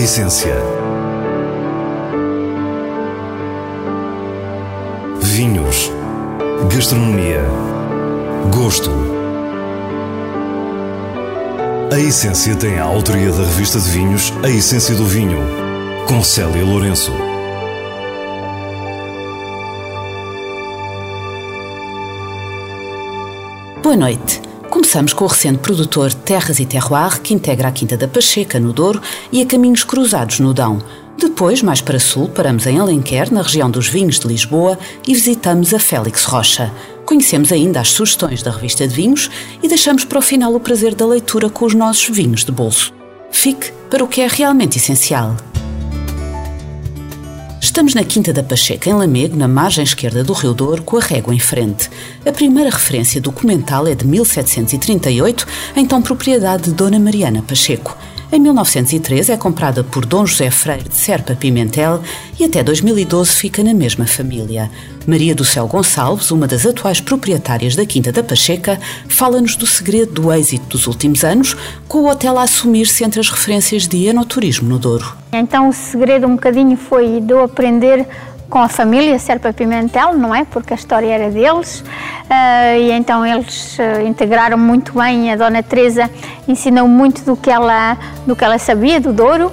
essência. Vinhos. Gastronomia. Gosto. A Essência tem a autoria da revista de vinhos A Essência do Vinho, com Célia Lourenço. Boa noite. Começamos com o recente produtor Terras e Terroir, que integra a Quinta da Pacheca, no Douro, e a Caminhos Cruzados, no Dão. Depois, mais para sul, paramos em Alenquer, na região dos vinhos de Lisboa, e visitamos a Félix Rocha. Conhecemos ainda as sugestões da revista de vinhos e deixamos para o final o prazer da leitura com os nossos vinhos de bolso. Fique para o que é realmente essencial. Estamos na Quinta da Pacheca, em Lamego, na margem esquerda do Rio Douro, com a régua em frente. A primeira referência documental é de 1738, então propriedade de Dona Mariana Pacheco. Em 1913 é comprada por Dom José Freire de Serpa Pimentel e até 2012 fica na mesma família. Maria do Céu Gonçalves, uma das atuais proprietárias da Quinta da Pacheca, fala-nos do segredo do êxito dos últimos anos, com o hotel a assumir-se entre as referências de enoturismo no Douro. Então o segredo um bocadinho foi de eu aprender com a família Serpa Pimentel, não é? Porque a história era deles, e então eles integraram muito bem. A Dona Teresa ensinou muito do que ela sabia do Douro,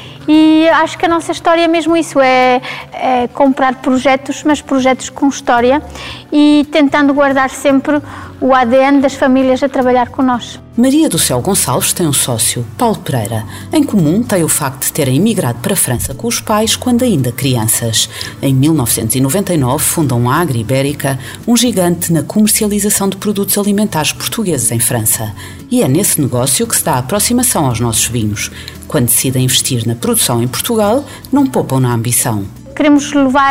e acho que a nossa história é mesmo isso, é comprar projetos, mas projetos com história, e tentando guardar sempre o ADN das famílias a trabalhar com nós. Maria do Céu Gonçalves tem um sócio, Paulo Pereira. Em comum tem o facto de terem emigrado para a França com os pais quando ainda crianças. Em 1999 fundam a Agri Ibérica, um gigante na comercialização de produtos alimentares portugueses em França. E é nesse negócio que se dá a aproximação aos nossos vinhos. Quando decidem investir na produção em Portugal, não poupam na ambição. Queremos levar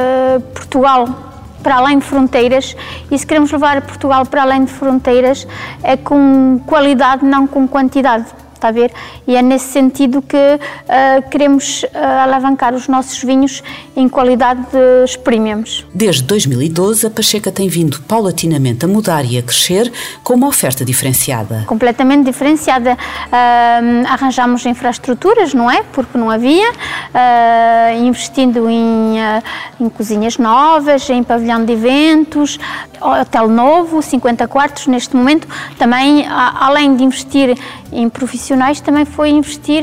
Portugal para além de fronteiras, e se queremos levar Portugal para além de fronteiras é com qualidade, não com quantidade, está a ver? E é nesse sentido que queremos alavancar os nossos vinhos em qualidade de premiums. Desde 2012, a Pacheca tem vindo paulatinamente a mudar e a crescer com uma oferta diferenciada. Completamente diferenciada. Arranjamos infraestruturas, não é? Porque não havia. Investindo em cozinhas novas, em pavilhão de eventos, hotel novo, 50 quartos neste momento. Também, além de investir em profissionais, também foi investir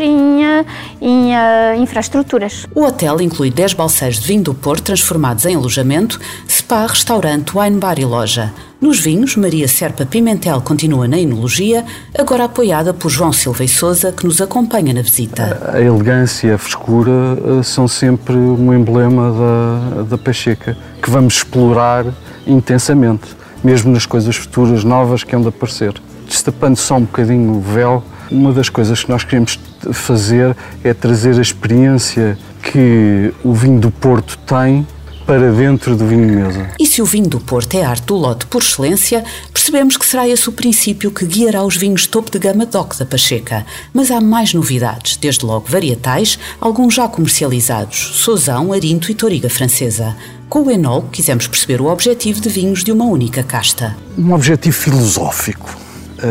em infraestruturas. O hotel inclui 10 balseiros de vinho do Porto transformados em alojamento, spa, restaurante, wine bar e loja. Nos vinhos, Maria Serpa Pimentel continua na enologia, agora apoiada por João Silva e Sousa, que nos acompanha na visita. A elegância e a frescura são sempre um emblema da Pacheca, que vamos explorar intensamente, mesmo nas coisas futuras novas que hão de aparecer. Destapando só um bocadinho o véu, uma das coisas que nós queremos fazer é trazer a experiência que o vinho do Porto tem para dentro do vinho de mesa. E se o vinho do Porto é a arte do lote por excelência, percebemos que será esse o princípio que guiará os vinhos topo de gama DOC da Pacheca. Mas há mais novidades, desde logo varietais, alguns já comercializados, Sauzão, Arinto e Touriga Francesa. Com o enólogo quisemos perceber o objetivo de vinhos de uma única casta. Um objetivo filosófico.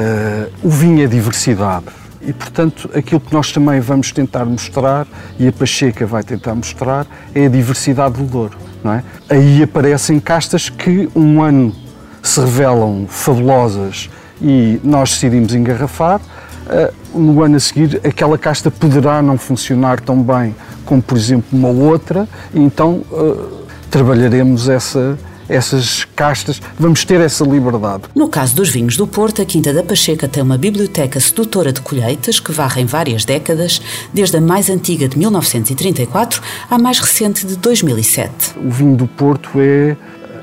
O vinho é diversidade. E, portanto, aquilo que nós também vamos tentar mostrar, e a Pacheca vai tentar mostrar, é a diversidade do Douro, não é? Aí aparecem castas que um ano se revelam fabulosas e nós decidimos engarrafar. No ano a seguir, aquela casta poderá não funcionar tão bem como, por exemplo, uma outra, e então trabalharemos essas castas, vamos ter essa liberdade. No caso dos vinhos do Porto, a Quinta da Pacheca tem uma biblioteca sedutora de colheitas que varrem várias décadas, desde a mais antiga de 1934 à mais recente de 2007. O vinho do Porto é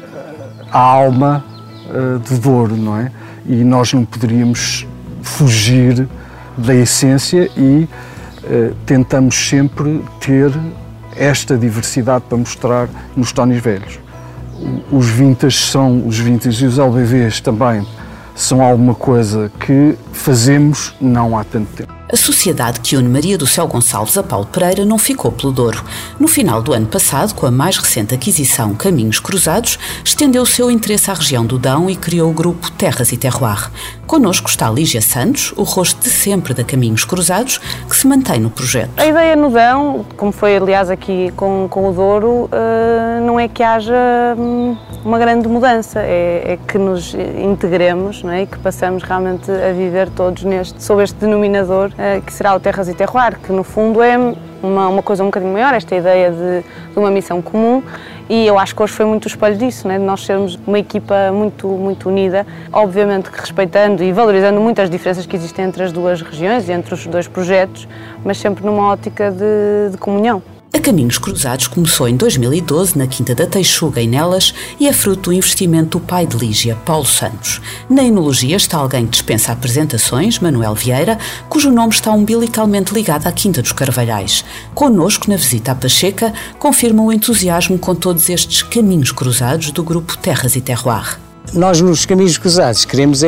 a alma de Douro, não é? E nós não poderíamos fugir da essência e tentamos sempre ter esta diversidade para mostrar nos tónis velhos. Os vintage e os LBVs também são alguma coisa que fazemos não há tanto tempo. A sociedade que une Maria do Céu Gonçalves a Paulo Pereira não ficou pelo Douro. No final do ano passado, com a mais recente aquisição Caminhos Cruzados, estendeu o seu interesse à região do Dão e criou o grupo Terras e Terroir. Connosco está Lígia Santos, o rosto de sempre da Caminhos Cruzados, que se mantém no projeto. A ideia no Dão, como foi aliás aqui com o Douro, não é que haja uma grande mudança, é que nos integremos, não é? E que passamos realmente a viver todos sob este denominador que será o Terras e Terroir, que no fundo é uma coisa um bocadinho maior, esta ideia de uma missão comum, e eu acho que hoje foi muito o espelho disso, não é? De nós sermos uma equipa muito unida, obviamente que respeitando e valorizando muitas diferenças que existem entre as duas regiões e entre os dois projetos, mas sempre numa ótica de comunhão. A Caminhos Cruzados começou em 2012 na Quinta da Teixuga, em Nelas, e é fruto do investimento do pai de Lígia, Paulo Santos. Na enologia está alguém que dispensa apresentações, Manuel Vieira, cujo nome está umbilicalmente ligado à Quinta dos Carvalhais. Connosco, na visita à Pacheca, confirma o entusiasmo com todos estes caminhos cruzados do grupo Terras e Terroir. Nós, nos Caminhos Cruzados, queremos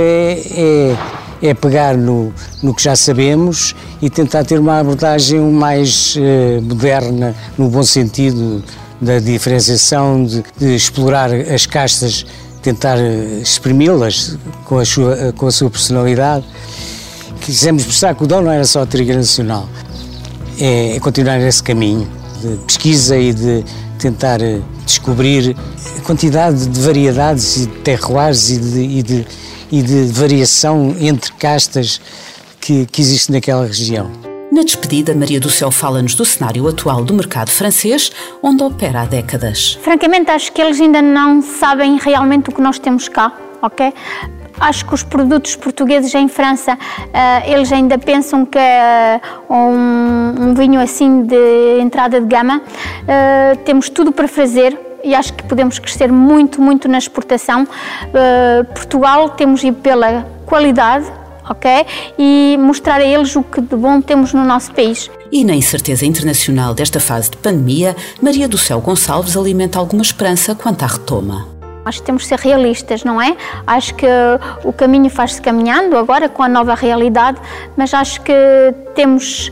é pegar no que já sabemos e tentar ter uma abordagem mais moderna, no bom sentido da diferenciação, de explorar as castas, tentar exprimi-las com a sua personalidade. Quisemos mostrar que o Dão não era só a Triga Nacional, é continuar esse caminho de pesquisa e de tentar descobrir a quantidade de variedades e de terroirs e de variação entre castas que existe naquela região. Na despedida, Maria do Céu fala-nos do cenário atual do mercado francês, onde opera há décadas. Francamente, acho que eles ainda não sabem realmente o que nós temos cá, ok? Acho que os produtos portugueses em França, eles ainda pensam que é um vinho assim de entrada de gama. Temos tudo para fazer e acho que podemos crescer muito na exportação. Portugal, temos de ir pela qualidade, ok? E mostrar a eles o que de bom temos no nosso país. E na incerteza internacional desta fase de pandemia, Maria do Céu Gonçalves alimenta alguma esperança quanto à retoma. Acho que temos de ser realistas, não é? Acho que o caminho faz-se caminhando agora com a nova realidade, mas acho que temos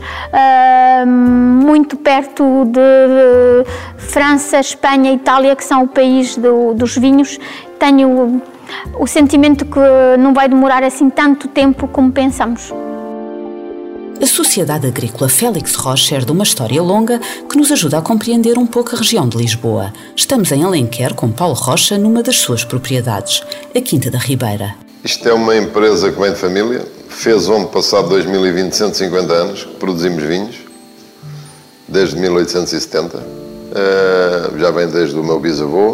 muito perto de França, Espanha, Itália, que são o país dos vinhos. Tenho o sentimento que não vai demorar assim tanto tempo como pensamos. A Sociedade Agrícola Félix Rocha herda uma história longa que nos ajuda a compreender um pouco a região de Lisboa. Estamos em Alenquer com Paulo Rocha numa das suas propriedades, a Quinta da Ribeira. Isto é uma empresa que vem de família. Fez ano passado 2020 150 anos que produzimos vinhos, desde 1870. Já vem desde o meu bisavô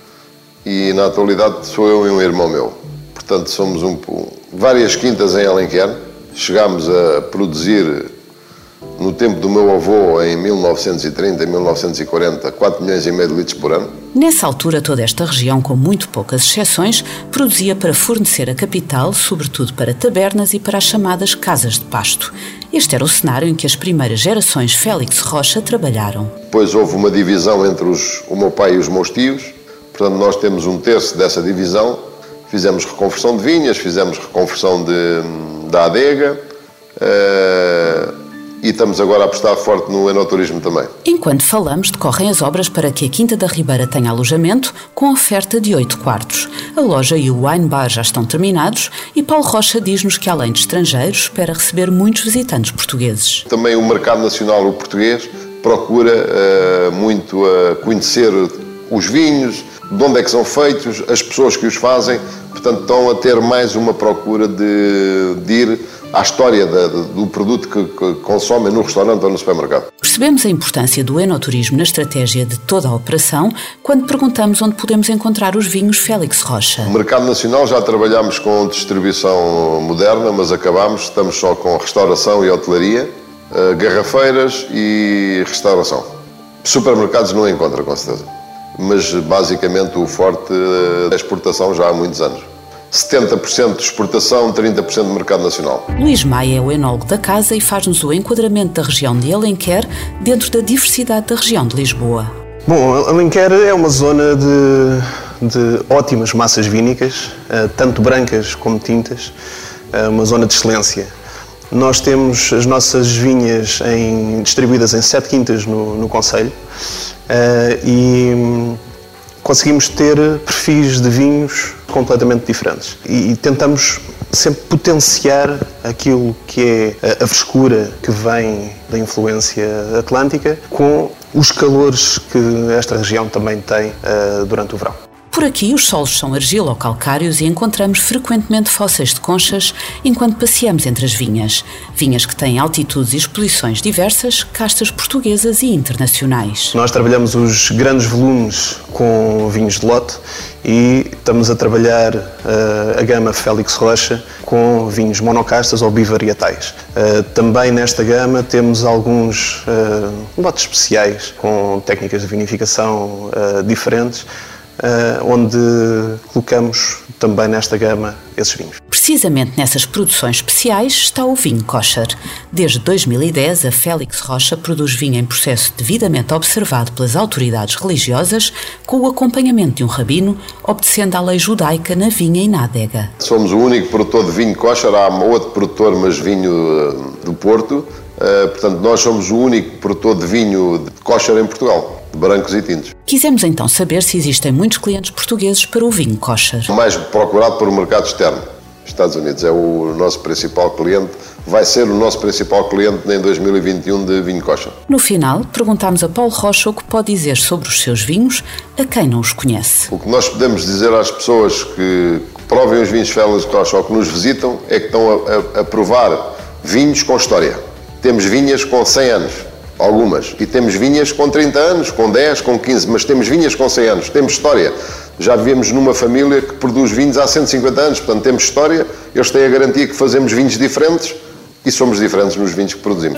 e na atualidade sou eu e um irmão meu. Portanto, somos várias quintas em Alenquer. Chegámos a produzir, no tempo do meu avô, em 1930, em 1940, 4 milhões e meio de litros por ano. Nessa altura, toda esta região, com muito poucas exceções, produzia para fornecer a capital, sobretudo para tabernas e para as chamadas casas de pasto. Este era o cenário em que as primeiras gerações Félix Rocha trabalharam. Depois houve uma divisão entre o meu pai e os meus tios. Portanto, nós temos um terço dessa divisão. Fizemos reconversão de vinhas, fizemos reconversão da adega e estamos agora a apostar forte no enoturismo também. Enquanto falamos, decorrem as obras para que a Quinta da Ribeira tenha alojamento com oferta de 8 quartos. A loja e o wine bar já estão terminados e Paulo Rocha diz-nos que, além de estrangeiros, espera receber muitos visitantes portugueses. Também o mercado nacional, o português, procura muito conhecer os vinhos, de onde é que são feitos, as pessoas que os fazem. Portanto, estão a ter mais uma procura de ir à história do produto que consomem no restaurante ou no supermercado. Percebemos a importância do enoturismo na estratégia de toda a operação quando perguntamos onde podemos encontrar os vinhos Félix Rocha. No mercado nacional já trabalhamos com distribuição moderna, mas estamos só com restauração e hotelaria, garrafeiras e restauração. Supermercados não encontra, com certeza. Mas basicamente o forte da exportação já há muitos anos. 70% de exportação, 30% de mercado nacional. Luís Maia é o enólogo da casa e faz-nos o enquadramento da região de Alenquer dentro da diversidade da região de Lisboa. Bom, Alenquer é uma zona de ótimas massas vínicas, tanto brancas como tintas, uma zona de excelência. Nós temos as nossas vinhas distribuídas em 7 quintas no concelho e conseguimos ter perfis de vinhos completamente diferentes. E tentamos sempre potenciar aquilo que é a frescura que vem da influência atlântica com os calores que esta região também tem durante o verão. Por aqui os solos são argilo-calcários e encontramos frequentemente fósseis de conchas enquanto passeamos entre as vinhas. Vinhas que têm altitudes e exposições diversas, castas portuguesas e internacionais. Nós trabalhamos os grandes volumes com vinhos de lote e estamos a trabalhar a gama Félix Rocha com vinhos monocastas ou bivarietais. Também nesta gama temos alguns lotes especiais com técnicas de vinificação diferentes, onde colocamos também nesta gama esses vinhos. Precisamente nessas produções especiais está o vinho kosher. Desde 2010, a Félix Rocha produz vinho em processo devidamente observado pelas autoridades religiosas, com o acompanhamento de um rabino, obedecendo à lei judaica na vinha e na adega. Somos o único produtor de vinho kosher, há outro produtor, mas vinho do Porto. Portanto, nós somos o único produtor de vinho kosher em Portugal, de brancos e tintos. Quisemos então saber se existem muitos clientes portugueses para o vinho kosher. O mais procurado por o mercado externo. Estados Unidos é o nosso principal cliente, vai ser o nosso principal cliente em 2021 de vinho kosher. No final, perguntámos a Paulo Rocha o que pode dizer sobre os seus vinhos a quem não os conhece. O que nós podemos dizer às pessoas que provem os vinhos Félix Rocha ou que nos visitam é que estão a provar vinhos com história. Temos vinhas com 100 anos, algumas, e temos vinhas com 30 anos, com 10, com 15, mas temos vinhas com 100 anos, temos história. Já vivemos numa família que produz vinhos há 150 anos, portanto temos história, eles têm a garantia que fazemos vinhos diferentes e somos diferentes nos vinhos que produzimos.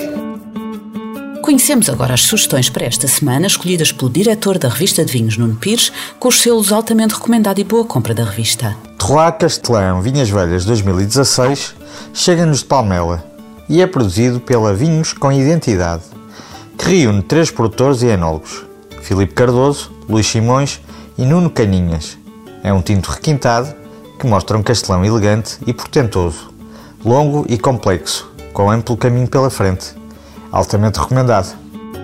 Conhecemos agora as sugestões para esta semana, escolhidas pelo diretor da revista de vinhos, Nuno Pires, com os selos altamente recomendado e boa compra da revista. Terroir Castelão Vinhas Velhas 2016 chega-nos de Palmela e é produzido pela Vinhos com Identidade, que reúne 3 produtores e enólogos, Filipe Cardoso, Luís Simões e Nuno Caninhas. É um tinto requintado que mostra um castelão elegante e portentoso, longo e complexo, com amplo caminho pela frente. Altamente recomendado.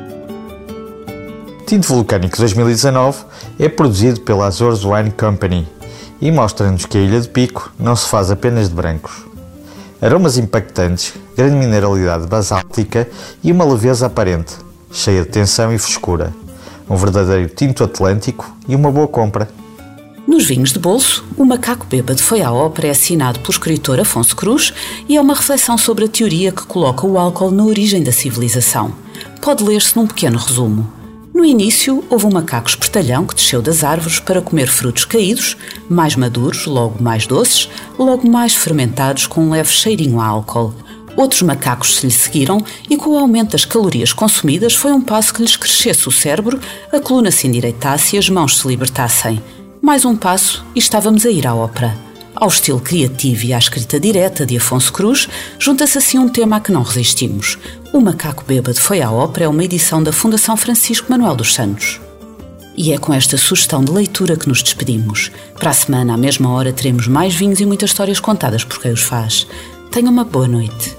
Tinto Vulcânico 2019 é produzido pela Azores Wine Company e mostra-nos que a Ilha de Pico não se faz apenas de brancos. Aromas impactantes, grande mineralidade basáltica e uma leveza aparente, cheia de tensão e frescura. Um verdadeiro tinto atlântico e uma boa compra. Nos vinhos de bolso, O Macaco Bêbado Foi à Ópera é assinado pelo escritor Afonso Cruz e é uma reflexão sobre a teoria que coloca o álcool na origem da civilização. Pode ler-se num pequeno resumo. No início, houve um macaco espertalhão que desceu das árvores para comer frutos caídos, mais maduros, logo mais doces, logo mais fermentados com um leve cheirinho a álcool. Outros macacos se lhe seguiram e, com o aumento das calorias consumidas, foi um passo que lhes crescesse o cérebro, a coluna se endireitasse e as mãos se libertassem. Mais um passo e estávamos a ir à ópera. Ao estilo criativo e à escrita direta de Afonso Cruz, junta-se assim um tema a que não resistimos. O Macaco Bêbado Foi à Ópera é uma edição da Fundação Francisco Manuel dos Santos. E é com esta sugestão de leitura que nos despedimos. Para a semana, à mesma hora, teremos mais vinhos e muitas histórias contadas por quem os faz. Tenha uma boa noite.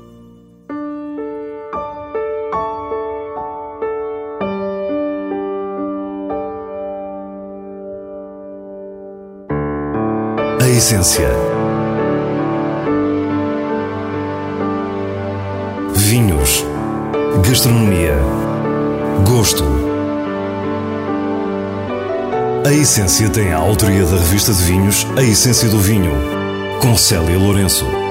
A essência. Vinhos. Gastronomia. Gosto. A essência tem a autoria da revista de vinhos A Essência do Vinho, com Célia Lourenço.